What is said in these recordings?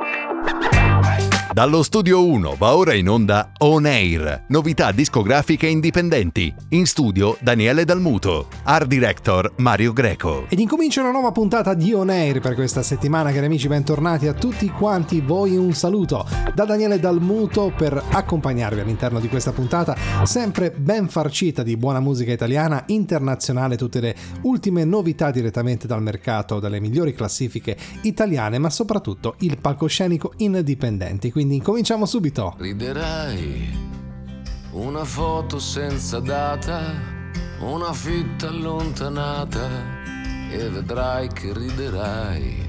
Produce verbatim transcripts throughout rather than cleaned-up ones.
Dallo Studio uno va ora in onda On Air, novità discografiche indipendenti. In studio Daniele Dalmuto, art director Mario Greco. Ed incomincia una nuova puntata di On Air per questa settimana, cari amici, bentornati a tutti quanti voi. Un saluto da Daniele Dalmuto per accompagnarvi all'interno di questa puntata, sempre ben farcita di buona musica italiana, internazionale, tutte le ultime novità direttamente dal mercato, dalle migliori classifiche italiane, ma soprattutto il palcoscenico indipendenti. Quindi incominciamo subito. Riderai, una foto senza data, una fitta allontanata, e vedrai che riderai.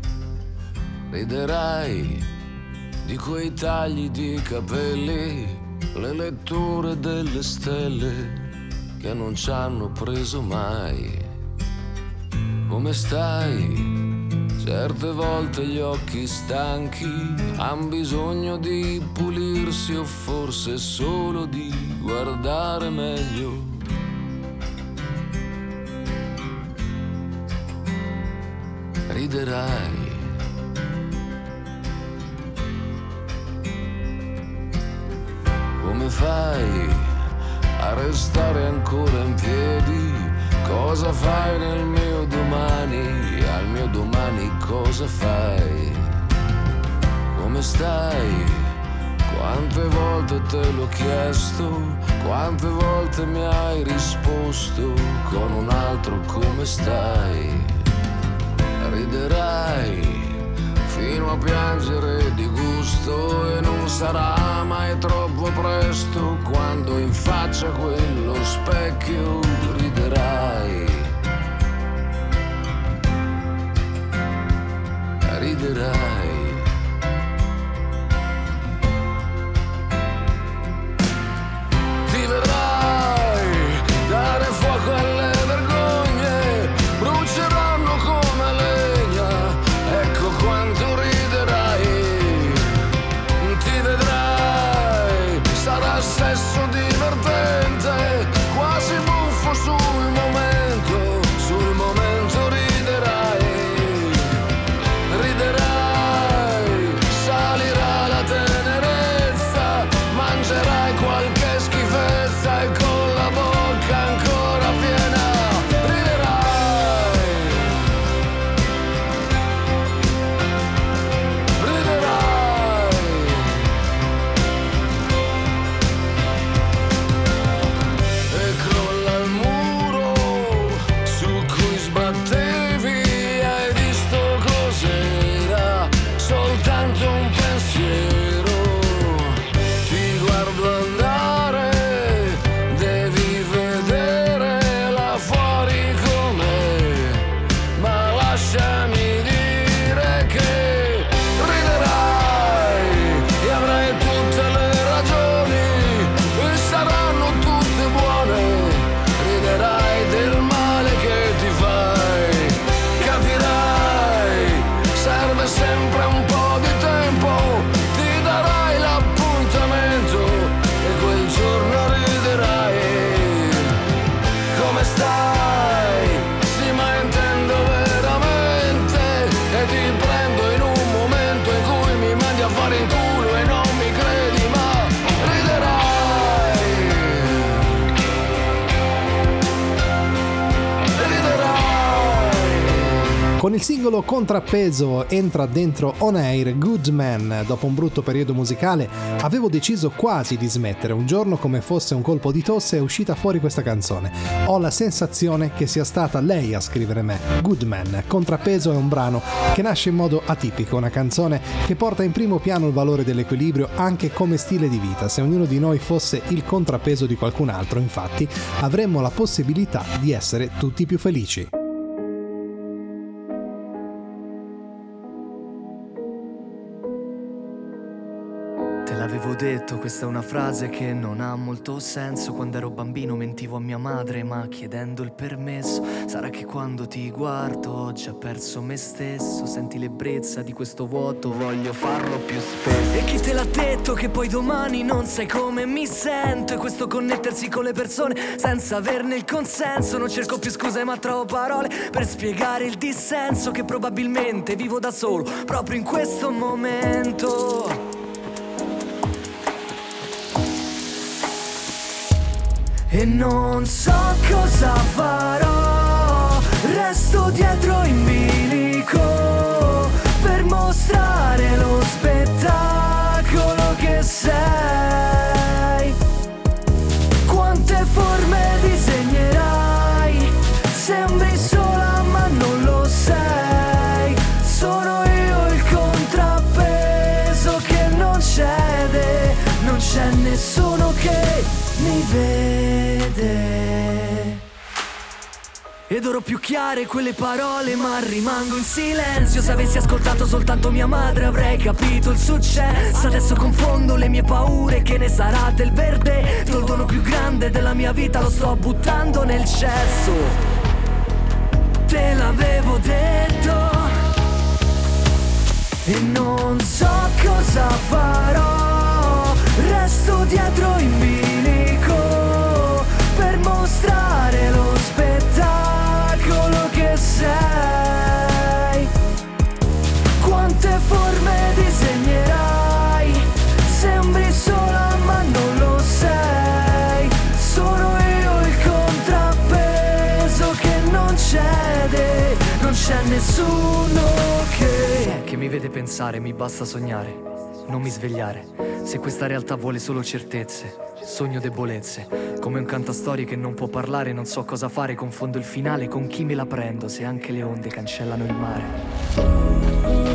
Riderai di quei tagli di capelli, le letture delle stelle che non ci hanno preso mai. Come stai? Certe volte gli occhi stanchi han bisogno di pulirsi, o forse solo di guardare meglio. Riderai. Come fai a restare ancora in piedi? Cosa fai nel mio domani? Al mio domani cosa fai? Come stai? Quante volte te l'ho chiesto, quante volte mi hai risposto con un altro come stai? Riderai fino a piangere di gusto, e non sarà mai troppo presto quando in faccia a quello specchio riderai. Riderai. Ti vedrai dare fuoco alle vergogne, bruceranno come legna, ecco quanto riderai. Ti vedrai, sarà sesso divertente, quasi buffo sul momento, sul momento riderai. Riderai, salirà la tenerezza, mangerai qualche schifezza e con la bocca ancora piena riderai. Riderai. E crolla il muro su cui sbattevi, hai visto cos'era? Soltanto un pensiero. Ti guardo andare, devi vedere là fuori com'è, ma lasciami dire che riderai e avrai tutte le ragioni e saranno tutte buone. Riderai del male che ti fai, capirai, serve sempre un po' di tempo, ti darai l'appuntamento e quel giorno riderai. Come stai? Sì, ma intendo veramente, e ti prendo in un momento in cui mi mandi a fare in culo e non mi credi, ma riderai. Riderai. Con il singolo Contrappeso entra dentro On Air Good Man. Dopo un brutto periodo musicale avevo deciso quasi di smettere. Un giorno, come fosse un colpo di tosse, è uscita fuori questa canzone. Ho la sensazione che sia stata lei a scrivere me. Good Man. Contrappeso è un brano che nasce in modo atipico, una canzone che porta in primo piano il valore dell'equilibrio anche come stile di vita. Se ognuno di noi fosse il contrappeso di qualcun altro, infatti, avremmo la possibilità di essere tutti più felici. Te l'avevo detto, questa è una frase che non ha molto senso. Quando ero bambino mentivo a mia madre, ma chiedendo il permesso. Sarà che quando ti guardo ho già perso me stesso. Senti l'ebbrezza di questo vuoto, voglio farlo più spesso. E chi te l'ha detto che poi domani non sai come mi sento? E questo connettersi con le persone senza averne il consenso. Non cerco più scuse ma trovo parole per spiegare il dissenso, che probabilmente vivo da solo proprio in questo momento. E non so cosa farò, resto dietro in bilico per mostrare lo spettacolo che sei. Quante forme disegnerai, sembri sola ma non lo sei. Sono io il contrappeso che non cede, non c'è nessuno che mi vede. Ed oro più chiare quelle parole ma rimango in silenzio. Se avessi ascoltato soltanto mia madre avrei capito il successo. Adesso confondo le mie paure, che ne sarà del verdetto. Il dono più grande della mia vita lo sto buttando nel cesso. Te l'avevo detto. E non so cosa farò, resto dietro in bilico per mostrare lo spettacolo che sei. Quante forme disegnerai, sembri sola ma non lo sei. Sono io il contrappeso che non cede, non c'è nessuno che Che mi vede pensare, mi basta sognare, non mi svegliare. Se questa realtà vuole solo certezze, sogno debolezze. Come un cantastorie che non può parlare, non so cosa fare. Confondo il finale con chi me la prendo, se anche le onde cancellano il mare.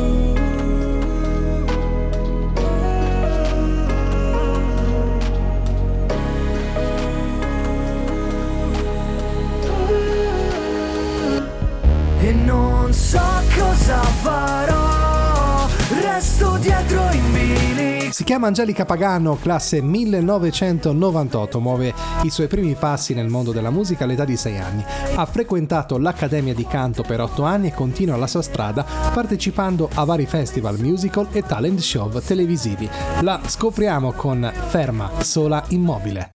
E non so cosa farò, resto dietro in bilico. Si chiama Angelica Pagano, classe millenovecentonovantotto, muove i suoi primi passi nel mondo della musica all'età di sei anni. Ha frequentato l'Accademia di Canto per otto anni e continua la sua strada partecipando a vari festival, musical e talent show televisivi. La scopriamo con Ferma, sola, immobile.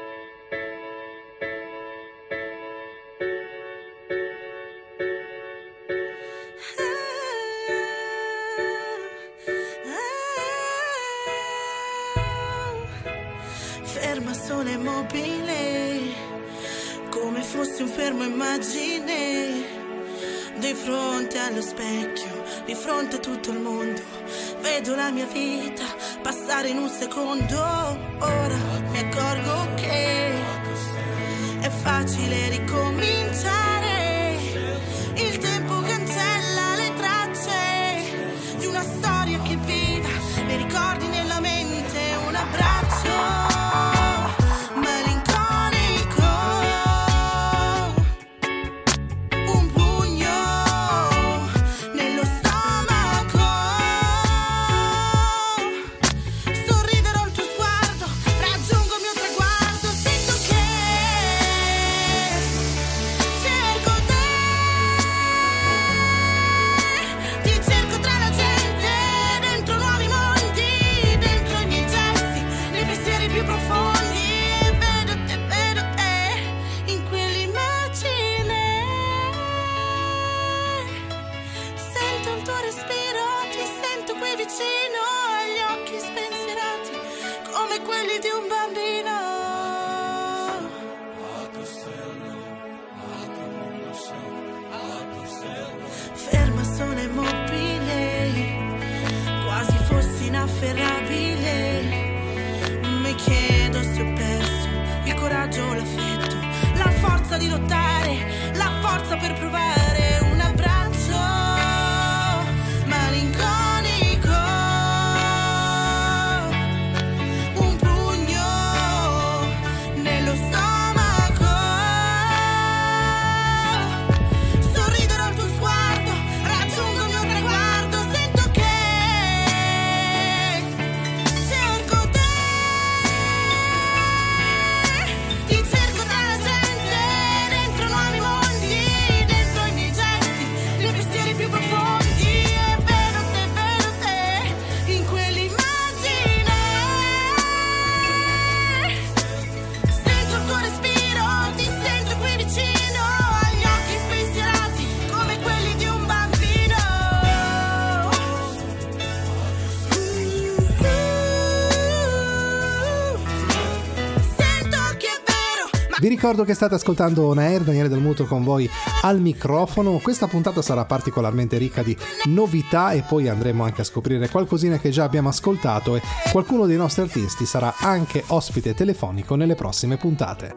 Ferma, sola, immobile, come fossi un fermo immagine, di fronte allo specchio, di fronte a tutto il mondo. Vedo la mia vita passare in un secondo. Ora mi accorgo che è facile ricominciare. Il tempo cancella le tracce di una storia che viva, nei ricordi, nella mente, un abbraccio. Mi chiedo se ho perso il coraggio, l'affetto, la forza di lottare, la forza per provare un abbraccio malinconico, un pugno nello stomaco. Sorriderò al tuo sguardo, raggiungo il mio traguardo, sento che cerco Vi ricordo che state ascoltando On Air, Daniele Dal Muto con voi al microfono. Questa puntata sarà particolarmente ricca di novità e poi andremo anche a scoprire qualcosina che già abbiamo ascoltato, e qualcuno dei nostri artisti sarà anche ospite telefonico nelle prossime puntate.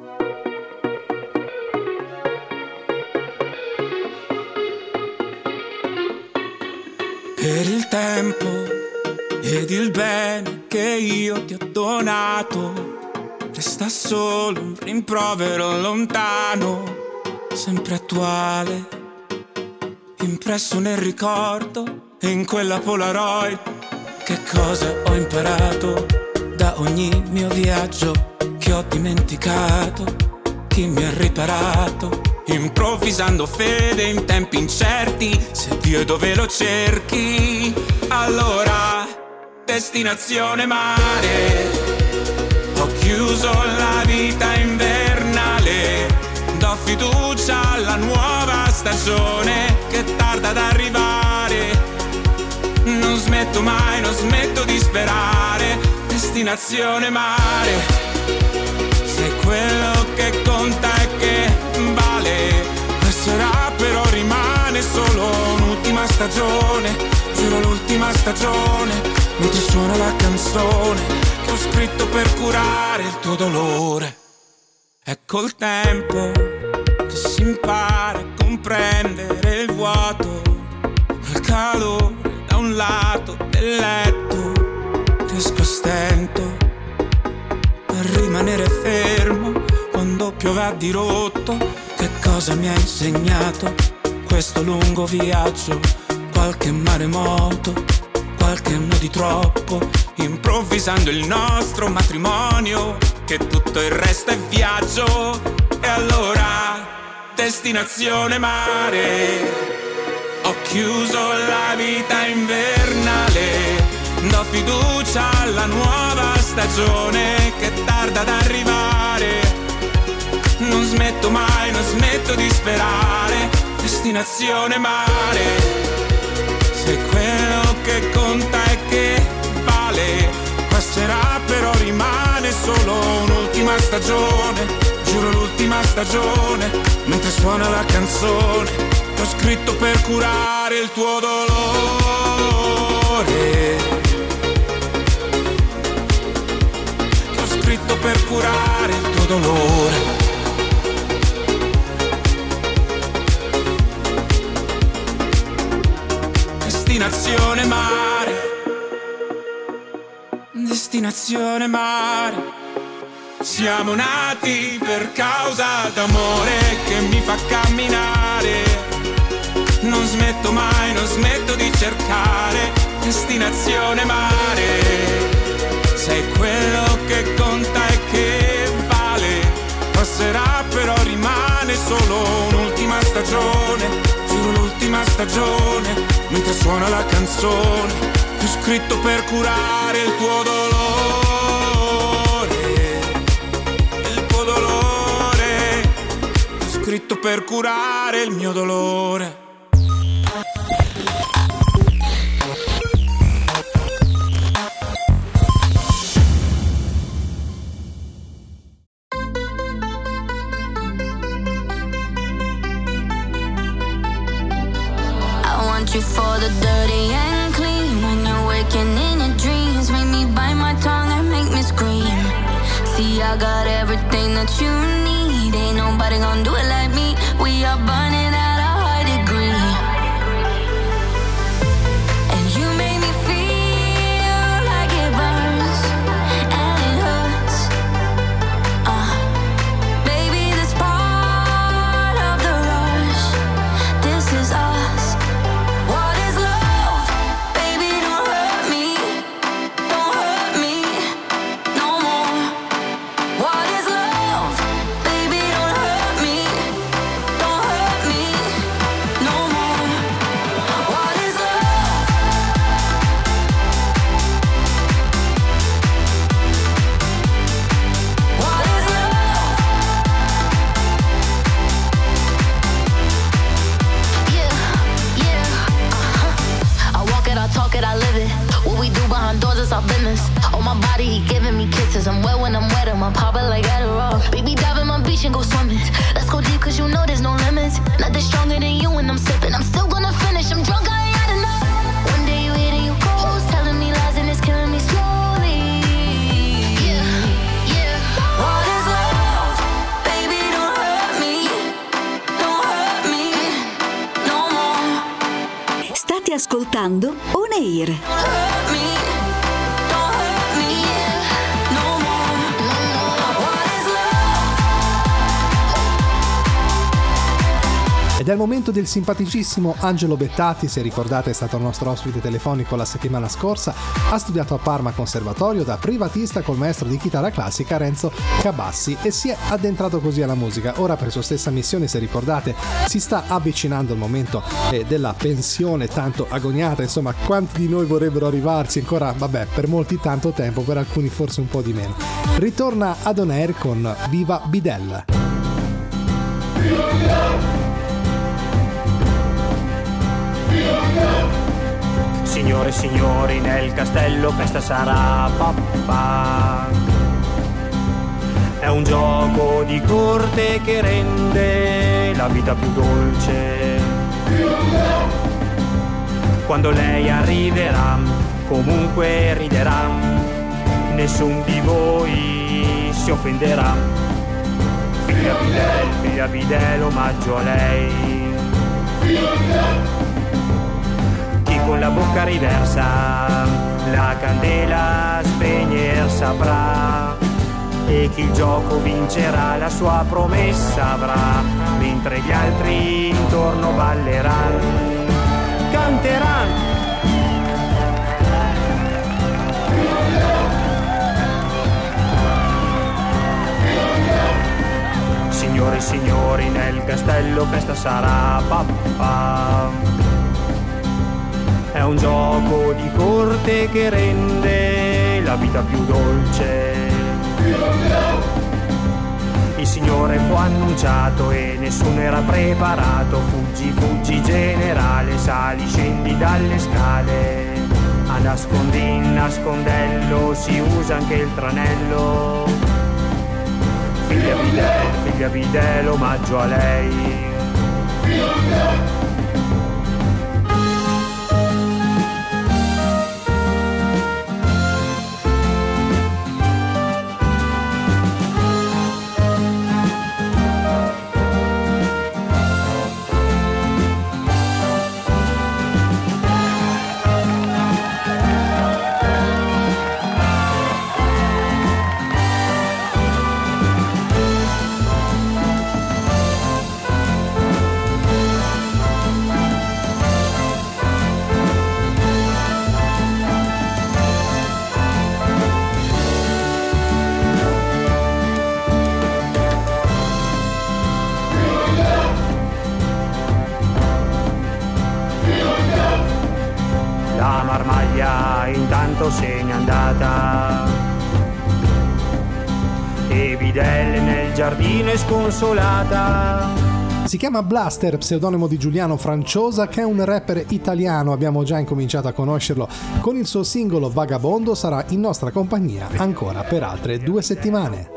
Per il tempo ed il bene che io ti ho donato, resta solo un rimprovero lontano, sempre attuale, impresso nel ricordo e in quella Polaroid. Che cosa ho imparato da ogni mio viaggio che ho dimenticato? Chi mi ha riparato? Improvvisando fede in tempi incerti, se Dio è dove lo cerchi, allora destinazione mare. Ho chiuso la vita invernale, do fiducia alla nuova stagione che tarda ad arrivare. Non smetto mai, non smetto di sperare, destinazione mare. Se quello che conta è che vale, passerà però rimane solo un'ultima stagione. Giuro l'ultima stagione, mentre suona la canzone che ho scritto per curare il tuo dolore. È col tempo che si impara a comprendere il vuoto, quel calore da un lato del letto. Riesco a stento a rimanere fermo quando piove a dirotto. Che cosa mi ha insegnato questo lungo viaggio? Qualche maremoto, qualche anno di troppo, improvvisando il nostro matrimonio, che tutto il resto è viaggio. E allora destinazione mare. Ho chiuso la vita invernale, do fiducia alla nuova stagione che tarda ad arrivare. Non smetto mai, non smetto di sperare, destinazione mare. Se quello che conta è che vale, passerà però rimane solo un'ultima stagione. Giuro l'ultima stagione, mentre suona la canzone che ho scritto per curare il tuo dolore. Che ho scritto per curare il tuo dolore. Destinazione mare, destinazione mare. Siamo nati per causa d'amore che mi fa camminare. Non smetto mai, non smetto di cercare, destinazione mare. Sei quello che conta e che vale, passerà però rimane solo un'ultima stagione. Giuro l'ultima stagione, mentre suona la canzone che ho scritto per curare il tuo dolore. Il tuo dolore, ho scritto per curare il mio dolore. You for the dirty and clean. When you're waking in your dreams, make me bite my tongue and make me scream. See, I got everything that you need. Ain't nobody gonna do it like me. We are burning at a high degree. And you make me feel like it burns and it hurts. Uh, baby, this part of the rush. This is us. What is love? Baby, don't hurt me. Don't hurt behind doors, it's our business. On my body, he giving me kisses. I'm wet when I'm wet, I'm pop it like Adderall. Baby, dive in my beach and go swimming. Let's go deep, cause you know there's no limits. Nothing stronger than you when I'm sipping. I'm still gonna finish, I'm drunk, I ain't had enough. One day you hit and you go, telling me lies and it's killing me slowly. Yeah, yeah. What is love? Baby, don't hurt me. Don't hurt me no more. State ascoltando On Air. Don't hurt me. Don't hurt me no more. What is love? Ed è il momento del simpaticissimo Angelo Bettati. Se ricordate, è stato il nostro ospite telefonico la settimana scorsa. Ha studiato a Parma Conservatorio da privatista col maestro di chitarra classica Renzo Cabassi e si è addentrato così alla musica. Ora, per sua stessa missione, se ricordate, si sta avvicinando il momento eh, della pensione tanto agoniata. Insomma, quanti di noi vorrebbero arrivarci ancora? Vabbè, per molti tanto tempo, per alcuni forse un po' di meno. Ritorna ad On Air con Viva Bidel. Signore e signori, nel castello festa sarà papà. È un gioco di corte che rende la vita più dolce. Quando lei arriverà, comunque riderà, nessun di voi si offenderà. Figlia Bidel, figlia Bidel, omaggio a lei. Chi con la bocca riversa la candela spegner saprà, e chi il gioco vincerà la sua promessa avrà, mentre gli altri intorno balleranno, canteranno. Signore e signori, nel castello festa sarà papà. È un gioco di corte che rende la vita più dolce. Il signore fu annunciato e nessuno era preparato. Fuggi, fuggi generale, sali, scendi dalle scale. A nascondin, nascondello, si usa anche il tranello. Figlia Bidel, figlia Bidel, omaggio a lei. La marmaglia intanto se n'è andata e Bidel nel giardino è sconsolata. Si chiama Blaster, pseudonimo di Giuliano Franciosa, che è un rapper italiano. Abbiamo già incominciato a conoscerlo con il suo singolo Vagabondo. Sarà in nostra compagnia ancora per altre due settimane.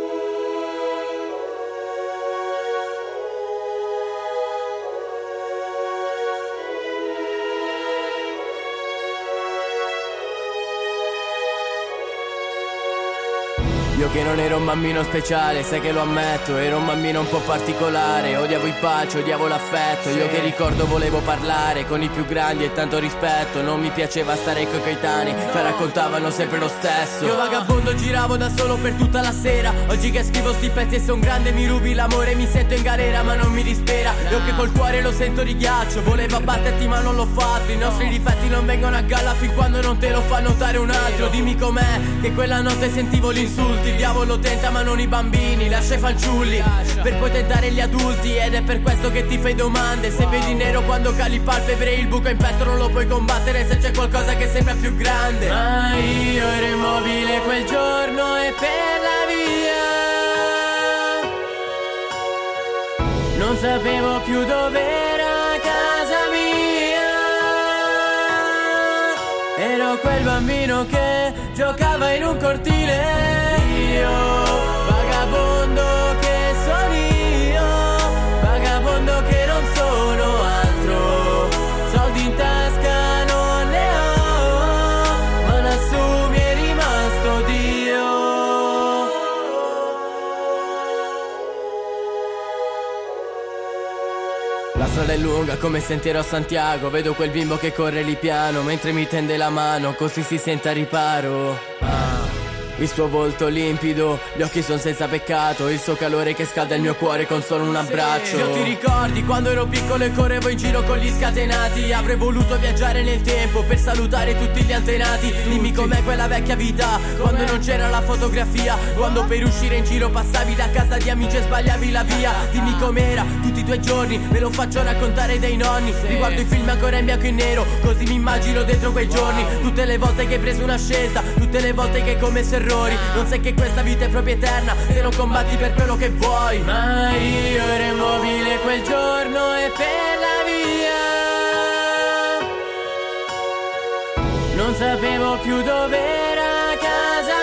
Io che non ero un bambino speciale, sai che lo ammetto, ero un bambino un po' particolare. Odiavo i baci, odiavo l'affetto, io che ricordo volevo parlare con i più grandi e tanto rispetto. Non mi piaceva stare coi coetanei, che raccontavano sempre lo stesso. Io vagabondo giravo da solo per tutta la sera. Oggi che scrivo sti pezzi e son grande, mi rubi l'amore, mi sento in galera ma non mi dispera. Io che col cuore lo sento di ghiaccio, volevo abbatterti ma non l'ho fatto. I nostri difetti non vengono a galla fin quando non te lo fa notare un altro. Dimmi com'è, che quella notte sentivo gli insulti. Il diavolo tenta ma non i bambini, lascia i fanciulli per poi tentare gli adulti. Ed è per questo che ti fai domande. Se vedi nero quando cali palpebre, il buco in petto non lo puoi combattere se c'è qualcosa che sembra più grande. Ma io ero immobile quel giorno e per la via non sapevo più dov'era casa mia. Ero quel bambino che giocava in un cortile. Io, vagabondo che sono io, vagabondo che non sono altro. Soldi in tasca non ne ho, ma lassù mi è rimasto Dio. La strada è lunga come sentiero a Santiago. Vedo quel bimbo che corre lì piano mentre mi tende la mano, così si sente a riparo. Ah. Il suo volto limpido, gli occhi sono senza peccato, il suo calore che scalda il mio cuore con solo un abbraccio. Io ti ricordi quando ero piccolo e correvo in giro con gli scatenati? Avrei voluto viaggiare nel tempo per salutare tutti gli antenati. Dimmi com'è quella vecchia vita, quando non c'era la fotografia, quando per uscire in giro passavi da casa di amici e sbagliavi la via. Dimmi com'era tutti i tuoi giorni, me lo faccio raccontare dai nonni. Riguardo i film ancora in bianco e nero, così mi immagino dentro quei giorni. Tutte le volte che hai preso una scelta, tutte le volte che hai commesso errori. Non sai che questa vita è proprio eterna se non combatti per quello che vuoi. Ma io ero immobile quel giorno e per la via non sapevo più dov'era casa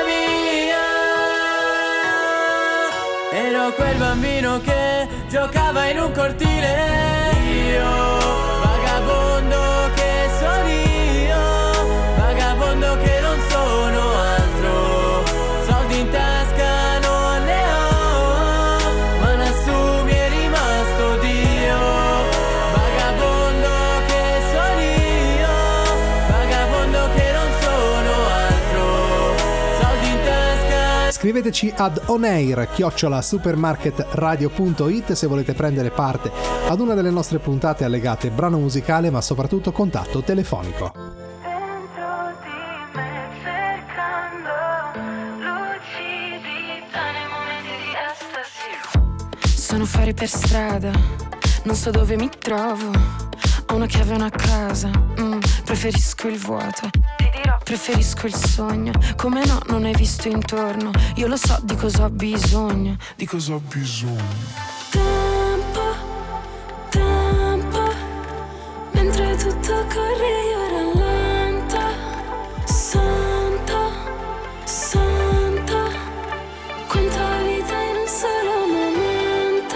mia. Ero quel bambino che giocava in un cortile. Io, vagabondo che sono io, vagabondo che non sono altro. Soldi in tasca non ne ho, ma lassù mi è rimasto Dio. Vagabondo che sono io, vagabondo che non sono altro. Soldi in tasca. Scriveteci ad onair chiocciola supermarketradio punto it se volete prendere parte ad una delle nostre puntate allegate brano musicale, ma soprattutto contatto telefonico. Sono fuori per strada, non so dove mi trovo. Ho una chiave e una casa, mm, preferisco il vuoto. Ti dirò, preferisco il sogno. Come no, non hai visto intorno. Io lo so di cosa ho bisogno. Di cosa ho bisogno. Tempo, tempo, mentre tutto corre io rallento. Santo, santo, quanta vita in un solo momento.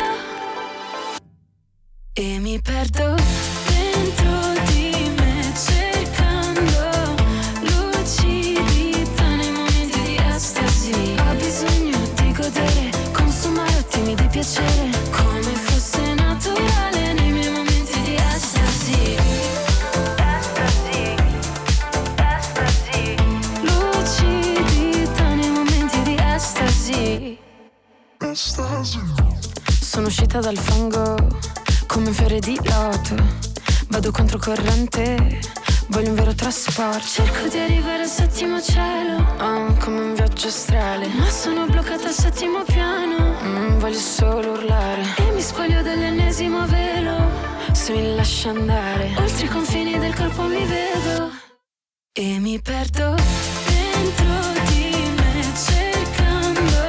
E mi perdo dentro di me cercando lucidità nei momenti di estasi. Ho bisogno di godere, consumare attimi di piacere, come fosse naturale nei miei momenti di estasi. Estasi, estasi, lucidità nei momenti di estasi. Estasi. Sono uscita dal fango come un fiore di loto, vado controcorrente, voglio un vero trasporto. Cerco di arrivare al settimo cielo, oh, come un viaggio astrale, ma sono bloccata al settimo piano, mm, voglio solo urlare. E mi spoglio dell'ennesimo velo, se mi lascia andare, oltre i confini del corpo mi vedo. E mi perdo dentro di me cercando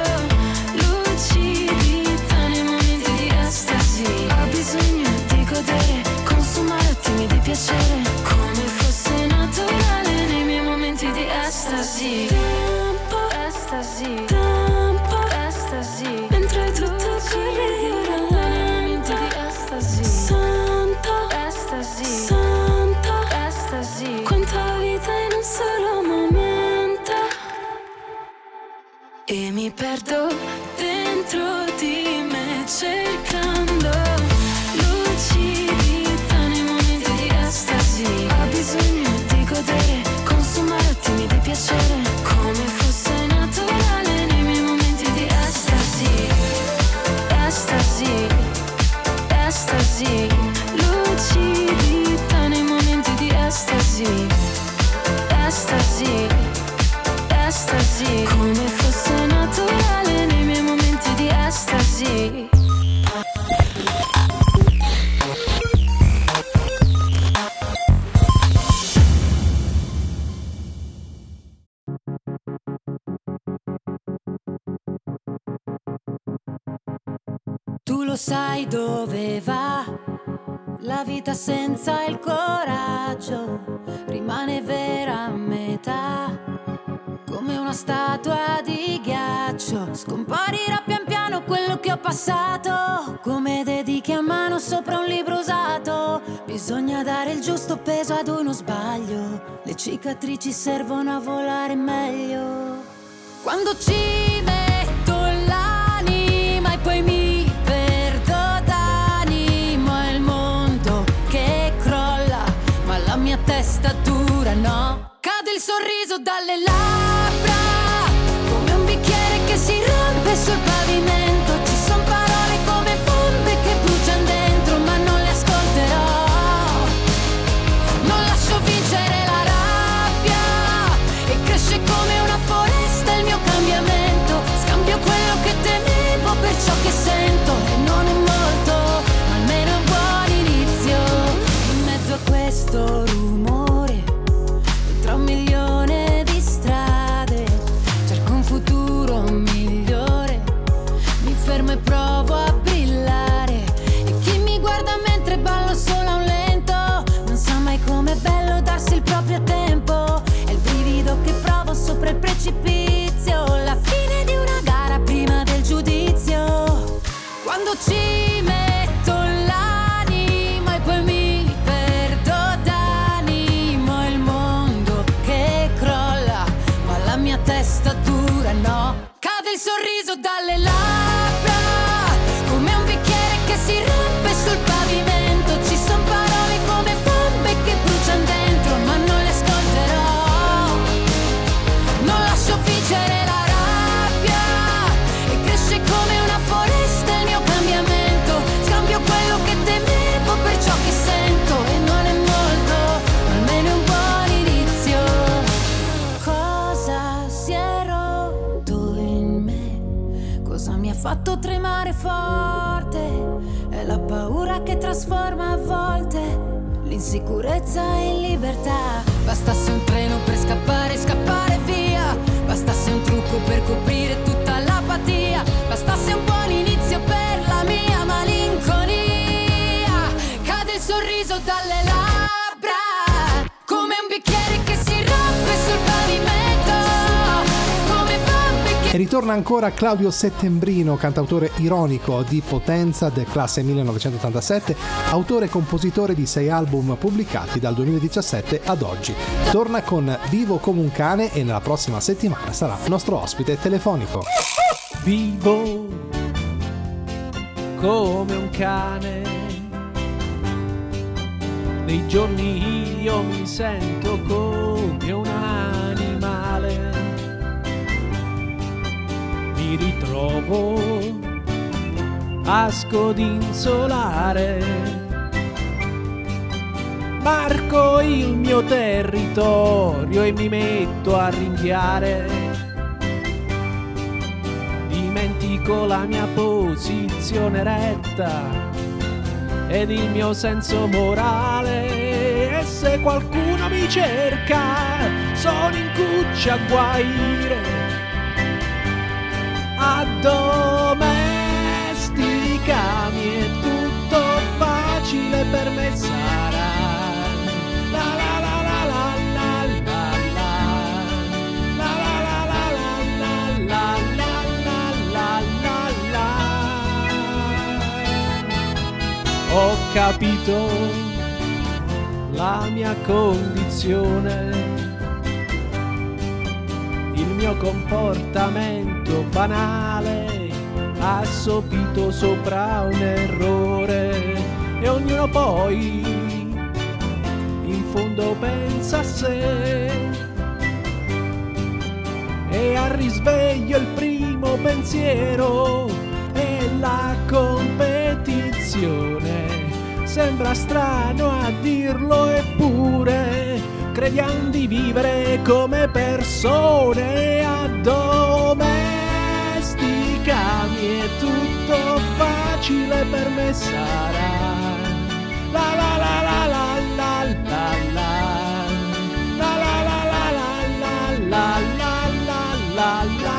lucidità nei momenti di estasi. Ho bisogno di godere, consumare attimi di piacere, come fosse naturale nei miei momenti di estasi. Tempo, estasi, tempo, estasi, mentre tutto corre io rallento. Santo, estasi, santo, estasi, quanta vita in un solo momento. E mi perdo dentro di me cercando lucidità nei momenti di estasi. Ho bisogno di godere, consumare attimi di piacere, come fosse naturale nei miei momenti di estasi. Estasi, estasi, lucidità nei momenti di estasi. Estasi, estasi, come fosse naturale nei miei momenti di estasi. Tu lo sai dove va la vita senza il coraggio. rimane vera a metà, come una statua di ghiaccio. Scomparirà pian piano quello che ho passato, come dediche a mano sopra un libro usato. Bisogna dare il giusto peso ad uno sbaglio, le cicatrici servono a volare meglio. Quando ci metto l'anima e poi mi perdo d'animo, è il mondo che crolla, ma la mia testa dura no. Cade il sorriso dalle labbra, come un bicchiere che si rompe sul pavimento. Ci son parole come bombe che bruciano dentro, ma non le ascolterò. Non lascio vincere la rabbia, e cresce come una foresta il mio cambiamento. Scambio quello che temevo per ciò che sento, e non è molto, ma almeno è un buon inizio. In mezzo a questo rumore, tra un milione di strade, cerco un futuro migliore. Mi fermo e provo a brillare, e chi mi guarda mentre ballo solo a un lento non sa mai com'è bello darsi il proprio tempo. È il brivido che provo sopra il precipizio, la fine di una gara prima del giudizio. Quando ci metto l'anima e poi mi perdo d'animo, è il mondo che crolla, ma la mia testa dura no. Cade il sorriso dalle labbra, come un bicchiere che si rompe sul pavimento. Ci son parole come bombe che bruciano dentro, ma non le ascolterò. Non lascio vincere la rabbia, e cresce come una foresta il mio cambiamento. Scambio quello che temevo per ciò che sento, e non è molto, ma almeno è un buon inizio. Cosa si è rotto in me? Cosa mi ha fatto tremare forte? È la paura che trasforma a volte l'insicurezza in libertà. Bastasse un treno per scappare, scappare via. Bastasse un trucco per coprire tutta l'apatia. Bastasse un buon inizio per la mia malinconia. Cade il sorriso dalle labbra, come un bicchiere che si rompe sul pavimento, come bombe che... E ritorna ancora Claudio Settembrino, cantautore ironico di Potenza del classe millenovecentottantasette, autore e compositore di sei album pubblicati dal duemiladiciassette ad oggi. Torna con Vivo come un cane, e nella prossima settimana sarà nostro ospite telefonico. Vivo come un cane, nei giorni io mi sento come un animale. Mi ritrovo a scodinzolare, marco il mio territorio e mi metto a ringhiare. Dimentico la mia posizione retta ed il mio senso morale, e se qualcuno mi cerca sono in cuccia a guaire. Addomesticami e tutto facile per me sarà. La la la la la la la la la la la la la la la la. Ho capito la mia condizione, il mio comportamento banale, assopito sopra un errore, e ognuno poi in fondo pensa a sé, e al risveglio il primo pensiero è la competizione. Sembra strano a dirlo, eppure crediamo di vivere come persone. Addomesticami e tutto facile per me sarà. La la la la la la la la la la la la la la la la la.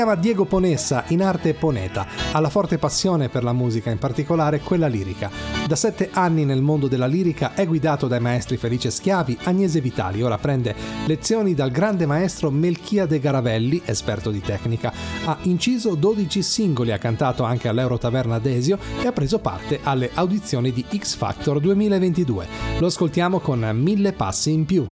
chiama Diego Ponessa, in arte poneta, ha la forte passione per la musica, in particolare quella lirica. Da sette anni nel mondo della lirica è guidato dai maestri Felice Schiavi, Agnese Vitali, ora prende lezioni dal grande maestro Melchiade Garavelli, esperto di tecnica. Ha inciso dodici singoli, ha cantato anche all'Euro Taverna Desio e ha preso parte alle audizioni di X Factor duemilaventidue. Lo ascoltiamo con Mille passi in più.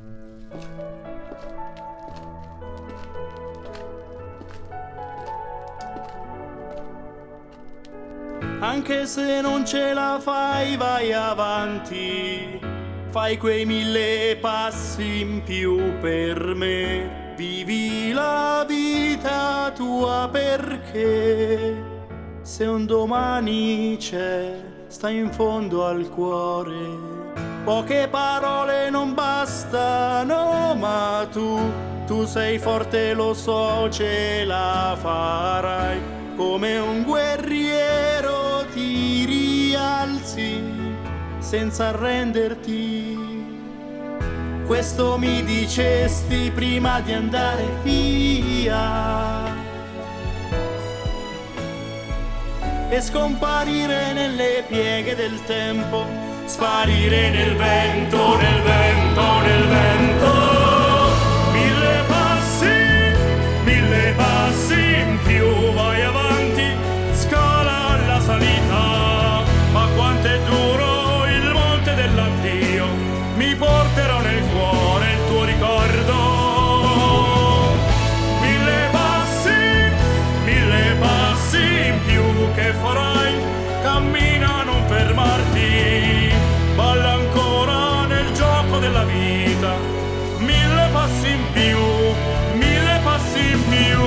Anche se non ce la fai, vai avanti, fai quei mille passi in più per me, vivi la vita tua perché se un domani c'è, sta in fondo al cuore. Poche parole non bastano, ma tu, tu sei forte, lo so, ce la farai. Come un guerriero ti rialzi senza arrenderti. Questo mi dicesti prima di andare via e scomparire nelle pieghe del tempo, sparire nel vento, nel vento, nel vento. Mille passi, mille passi in più, vai avanti, scala alla salita, ma quanto è duro il monte dell'addio, mi porterò nel cuore il tuo ricordo. Mille passi, mille passi in più che farai, cammina, non fermarti, balla ancora nel gioco della vita. Mille passi in più, mille passi in più.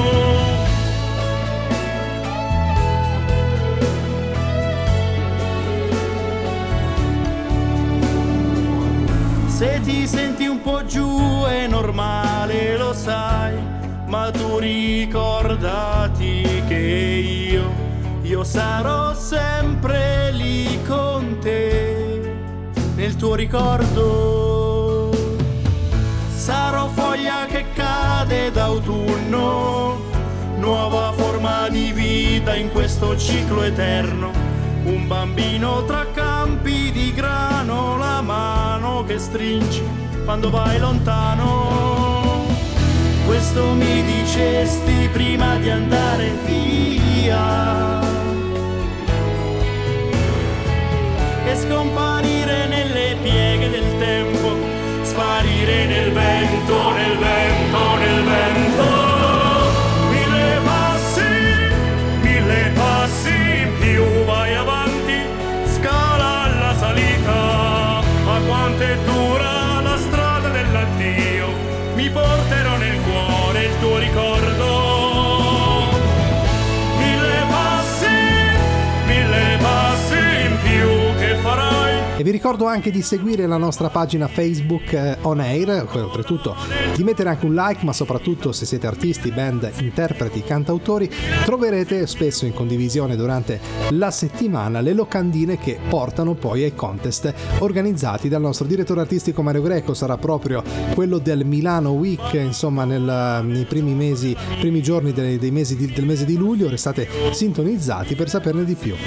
Se ti senti un po' giù è normale, lo sai, ma tu ricordati che io, io sarò sempre lì con te, nel tuo ricordo. Sarò foglia che cade d'autunno, nuova forma di vita in questo ciclo eterno. Un bambino tra campi di grano, la mano che stringi quando vai lontano. Questo mi dicesti prima di andare via e scomparire nelle pieghe del tempo, sparire nel vento, nel vento, nel vento. Mille passi, mille passi in più, vai avanti, scala alla salita, ma quanto è dura la strada dell'addio, mi porterò nel cuore il tuo ricordo. Mille passi, mille passi in più che farai. E vi ricordo anche di seguire la nostra pagina Facebook eh, On Air, oltretutto di mettere anche un like, ma soprattutto se siete artisti, band, interpreti, cantautori, troverete spesso in condivisione durante la settimana le locandine che portano poi ai contest organizzati dal nostro direttore artistico Mario Greco. Sarà proprio quello del Milano Week, insomma nel, nei primi mesi, primi giorni dei, dei mesi di, del mese di luglio. Restate sintonizzati per saperne di più.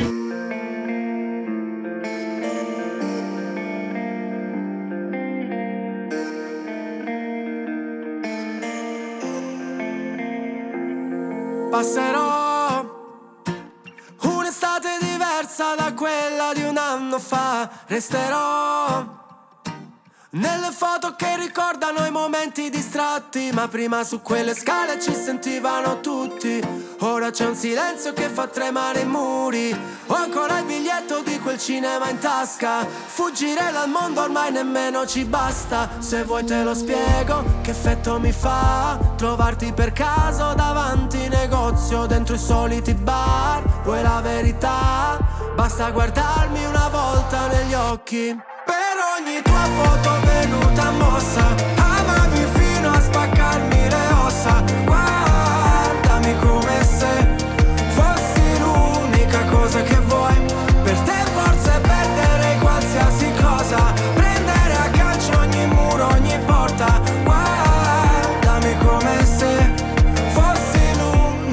Passerò un'estate diversa da quella di un anno fa. Resterò nelle foto che ricordano i momenti distratti, ma prima su quelle scale ci sentivano tutti. Ora c'è un silenzio che fa tremare i muri. Ho ancora il biglietto di quel cinema in tasca. Fuggire dal mondo ormai nemmeno ci basta. Se vuoi te lo spiego che effetto mi fa trovarti per caso davanti negozio, dentro i soliti bar. Vuoi la verità? Basta guardarmi una volta negli occhi. Per ogni tua foto venuta mossa, amami fino a spaccarmi le ossa. Guardami come se fossi l'unica cosa che vuoi. Per te forse perdere qualsiasi cosa, prendere a calcio ogni muro, ogni porta. Guardami come se fossi l'unica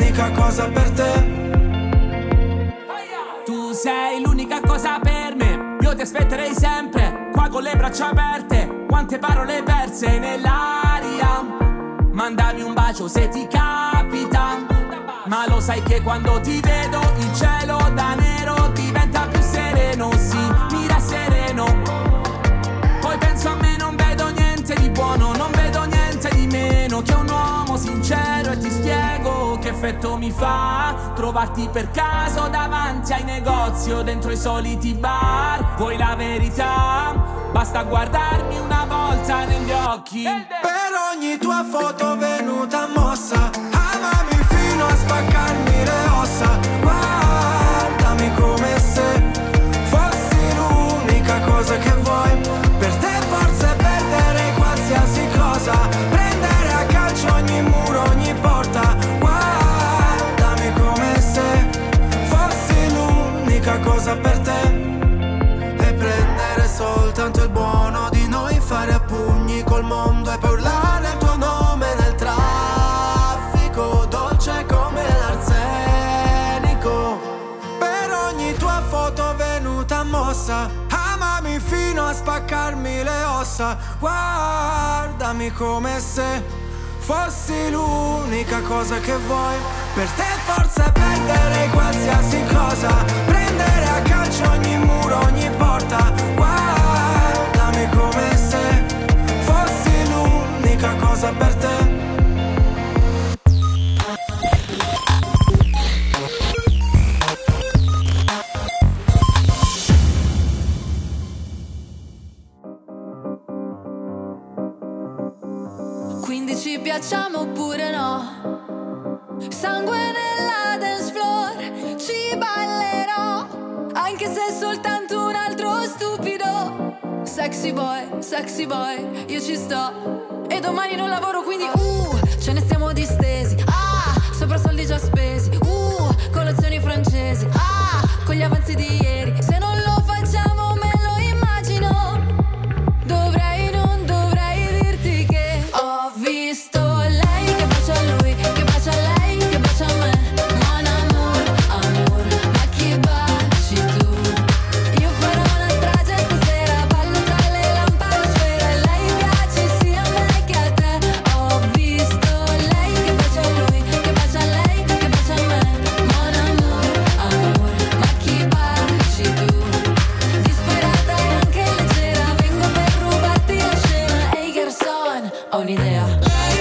con le braccia aperte, quante parole perse nell'aria. Mandami un bacio se ti capita, ma lo sai che quando ti vedo il cielo da nero diventa più sereno, sì, mira sereno. Poi penso a me, non vedo niente di buono, non vedo niente di meno che un uomo sincero, e ti spiego che effetto mi fa trovarti per caso davanti ai negozi o dentro i soliti bar. Vuoi la verità? Basta guardarmi una volta negli occhi. Per ogni tua foto venuta mossa, amami fino a spaccarmi le ossa. Guardami come se fossi l'unica cosa che vuoi. Per te forse perdere qualsiasi cosa, prendere a calcio ogni muro, ogni porta. Guardami come se fossi l'unica cosa per te, e prendere soltanto il buono di noi, fare a pugni col mondo e poi urlare il tuo nome nel traffico, dolce come l'arsenico. Per ogni tua foto venuta mossa, amami fino a spaccarmi le ossa. Guardami come se fossi l'unica cosa che vuoi. Per te forse perdere qualsiasi cosa, prendere a calcio ogni muro, ogni porta. Guardami come se fossi l'unica cosa per te. Quindi ci piacciamo oppure no? Sangue nella dance floor, ci ballerò, anche se è soltanto un altro stupido. Sexy boy, sexy boy, io ci sto. E domani non lavoro, quindi uh, ce ne stiamo distesi. Ah, sopra soldi già spesi. Uh, colazioni francesi. Ah, con gli avanzi di ieri. Se non lo facciamo me lo immagino. Dovrei, non dovrei dirti che ho visto lei che bacia a lui, che bacia a lei, che bacia a me. Mon amour, amour, ma chi baci tu? Io farò una strage stasera, ballo tra le lampadosfere. Lei piace sia a me che a te. Ho visto lei che bacia a lui, che bacia a lei, che bacia a me. Mon amour, amour, ma chi baci tu? Disperata e anche leggera, vengo per rubarti la scena. Ehi garçon, ho un'idea.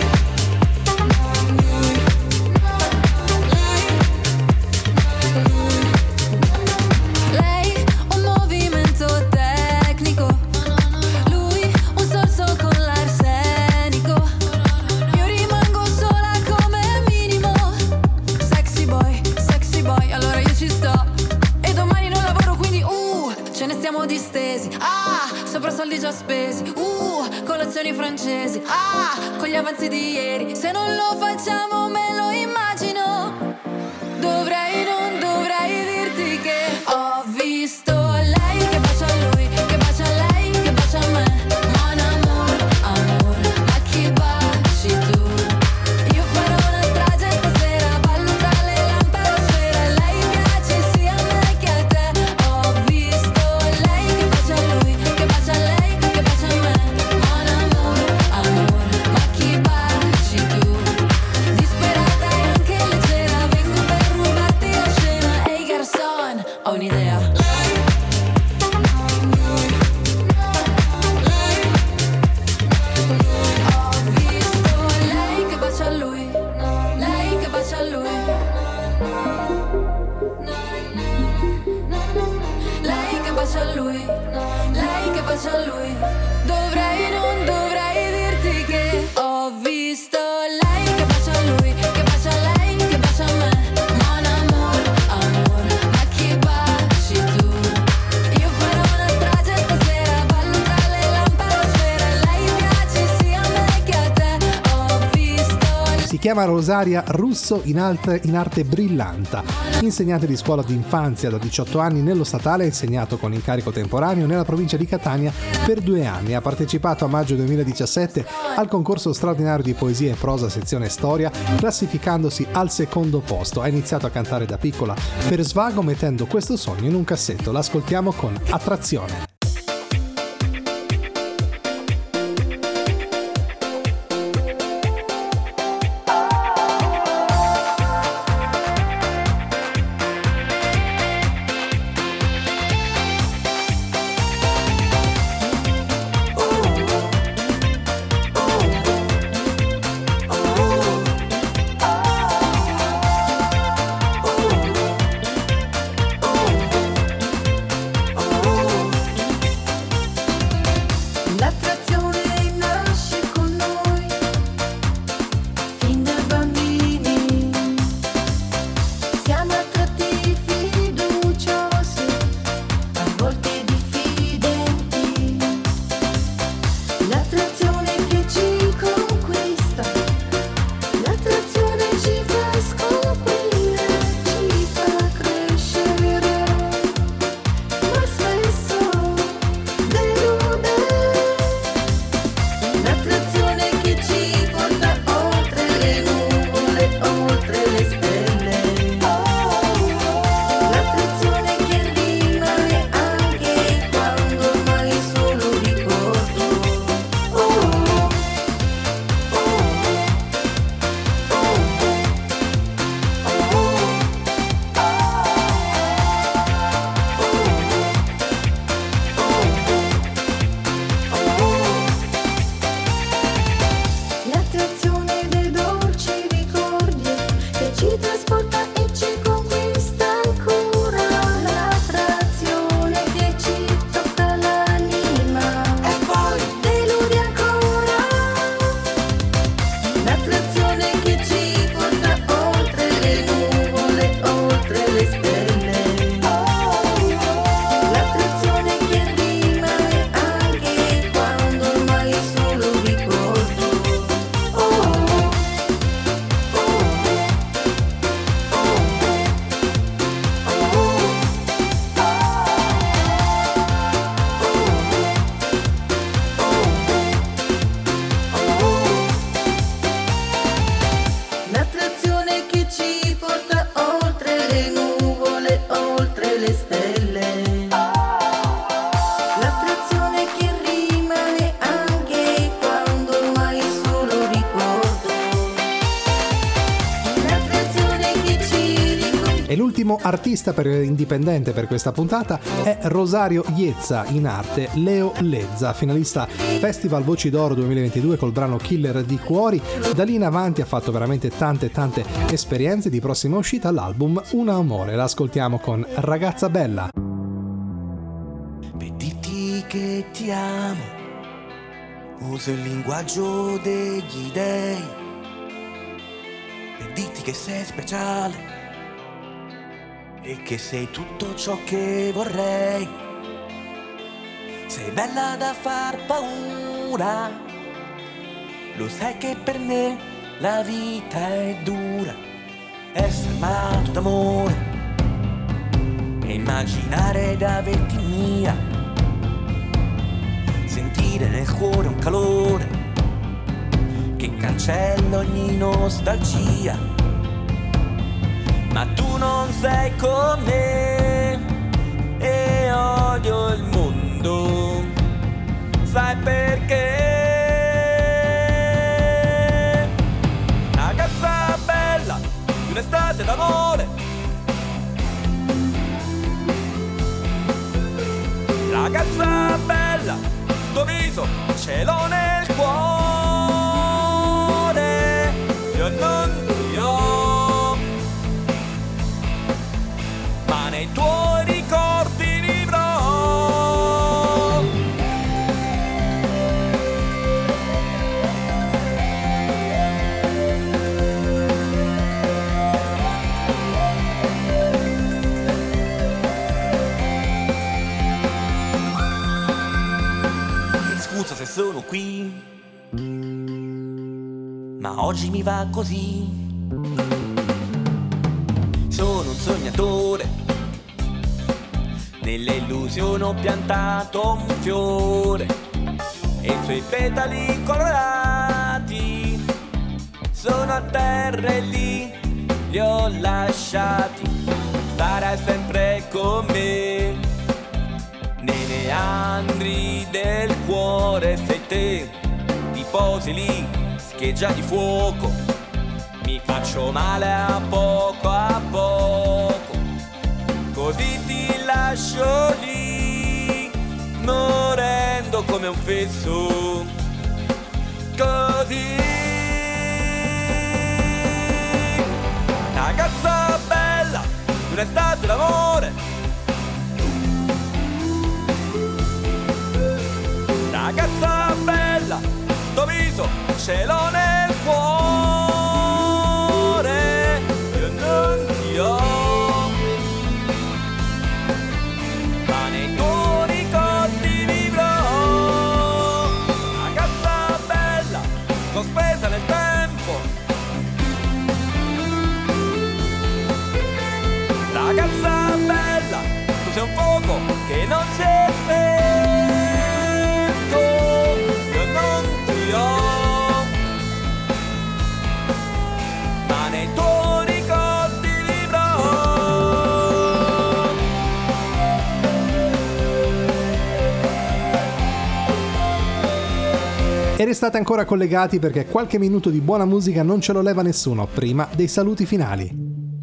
Lei un movimento tecnico, lui un sorso con l'arsenico. Io rimango sola come minimo. Sexy boy, sexy boy, allora io ci sto. E domani non lavoro, quindi uh, ce ne stiamo distesi. Ah, sopra soldi già spesi. Uh, colazioni francesi. Ah, con gli avanzi di ieri. Se non lo facciamo me lo immagino. Dovrei, non dovrei dirti che ho visto lei che bacia a lui, che bacia a lei, che bacia a me. Mon amour, amour, ma chi baci tu? Io farò una strage stasera, ballo tra le lampadosfere. Lei piace sia a me che a te. Ho visto lei che bacia a lui, che bacia a lei, che bacia a me. Mon amour, amour, ma chi baci tu? Disperata e anche leggera, vengo per rubarti la scena. Ehi garçon, ho un'idea. Ho visto lei che bacia a lui, lei che bacia a lui. Lei che bacia a lui, lei che bacia a lui. Dovrei, non dovrei dirti che ho visto lei che bacia a lui, che bacia a lei, che bacia a me. Mon amour, amour, ma chi baci tu? Io farò una strage stasera, ballo tra le lampadosfere. Lei piace sia a me che a te. Ho visto. Si chiama Rosaria Russo, in arte, in arte brillanta. Insegnante di scuola d'infanzia da diciotto anni nello statale, ha insegnato con incarico temporaneo nella provincia di Catania per due anni. Ha partecipato a maggio duemiladiciassette al concorso straordinario di poesia e prosa sezione storia, classificandosi al secondo posto. Ha iniziato a cantare da piccola per svago, mettendo questo sogno in un cassetto. L'ascoltiamo con Attrazione. E l'ultimo artista per indipendente per questa puntata è Rosario Iezza, in arte Leo Lezza, finalista Festival Voci d'Oro duemilaventidue col brano Killer di Cuori. Da lì in avanti ha fatto veramente tante tante esperienze. Di prossima uscita l'album Un Amore. L'ascoltiamo con Ragazza Bella. Per dirti che ti amo, uso il linguaggio degli dei. Per dirti che sei speciale e che sei tutto ciò che vorrei. Sei bella da far paura, lo sai che per me la vita è dura. Essere amato d'amore e immaginare d'averti mia, sentire nel cuore un calore che cancella ogni nostalgia. Ma tu non sei con me e odio il mondo, sai perché? Ragazza bella di un'estate d'amore, ragazza bella, tuo viso, cielo nel cuore, io non ti ho, ma nei tuoi ricordi vivrò. Scusa se sono qui, ma oggi mi va così. Sono un sognatore, nelle illusioni ho piantato un fiore e i suoi petali colorati sono a terra e lì li ho lasciati. Sarai sempre con me nei meandri del cuore, sei te, ti posi lì, scheggia di fuoco, mi faccio male a poco a poco, così ti lascio lì, morendo come un fesso, così. Ragazza bella, di un'estate d'amore, ragazza bella, tuo viso, cielo nel cuore, io non ti ho, ma nei tuoi ricordi vivrò. Ragazza bella, sospesa nel tempo, ragazza bella, tu sei un fuoco che non si è spento, io non ti ho, ma nei tuoi ricordi vivrò. E restate ancora collegati perché qualche minuto di buona musica non ce lo leva nessuno prima dei saluti finali.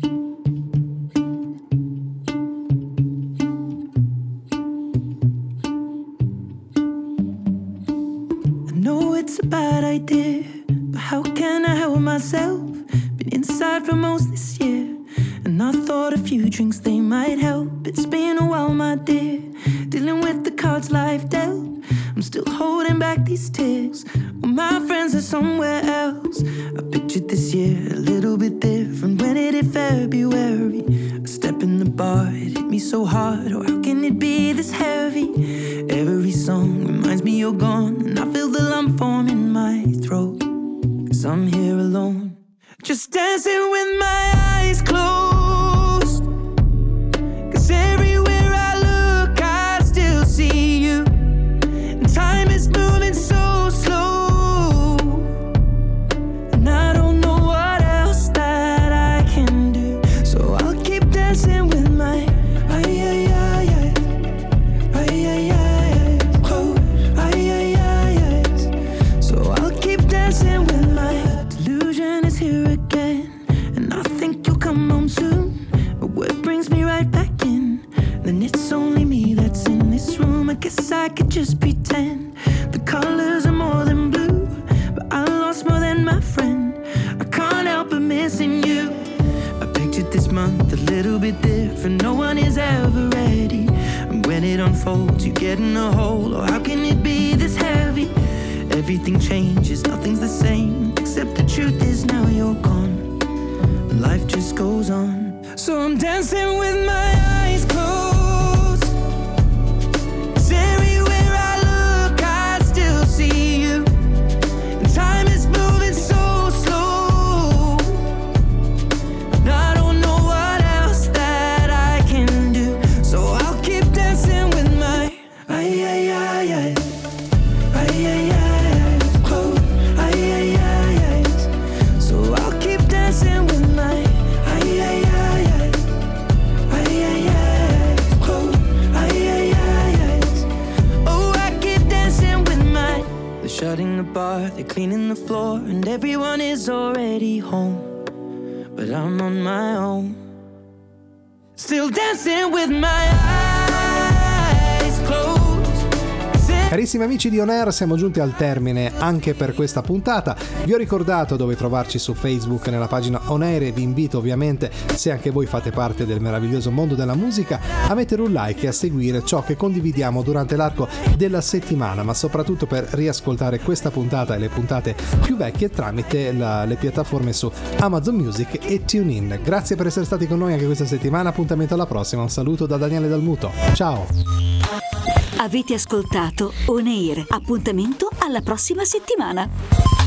Bad idea, but how can I help myself? Been inside for most this year, and I thought a few drinks they might help. It's been a while, my dear, dealing with the cards life dealt. I'm still holding back these tears, well, my friends are somewhere else. I pictured this year a little bit different when it hit February. A step in the bar, it hit me so hard, or how can it be this heavy? Every song reminds me you're gone, and I feel the lump form in my throat, 'cause I'm here alone, just dancing with my eyes closed. 'Cause everywhere I look I still see you, and time is moving so slow, and I don't know what else that I can do, so I'll keep dancing with my ay, ay, ay, ay, ay, ay, ay. Dancing with my delusion is here again, and I bit different, no one is ever ready. And when it unfolds, you get in a hole. Or how can it be this heavy? Everything changes, nothing's the same, except the truth is now you're gone, and life just goes on. So I'm dancing with my eyes closed, 'cause everywhere I look I still see you, and time is moving so slow, and I don't know what else that I can do. So I'll keep dancing with my ay ay ay ay ay ay ay. Shutting the bar, they're cleaning the floor, and everyone is already home, but I'm on my own, still dancing with my eyes closed. Carissimi amici di On Air, siamo giunti al termine anche per questa puntata. Vi ho ricordato dove trovarci su Facebook nella pagina On Air e vi invito ovviamente, se anche voi fate parte del meraviglioso mondo della musica, a mettere un like e a seguire ciò che condividiamo durante l'arco della settimana, ma soprattutto per riascoltare questa puntata e le puntate più vecchie tramite la, le piattaforme su Amazon Music e TuneIn. Grazie per essere stati con noi anche questa settimana, appuntamento alla prossima, un saluto da Daniele Dalmuto, ciao! Avete ascoltato On Air, appuntamento alla prossima settimana.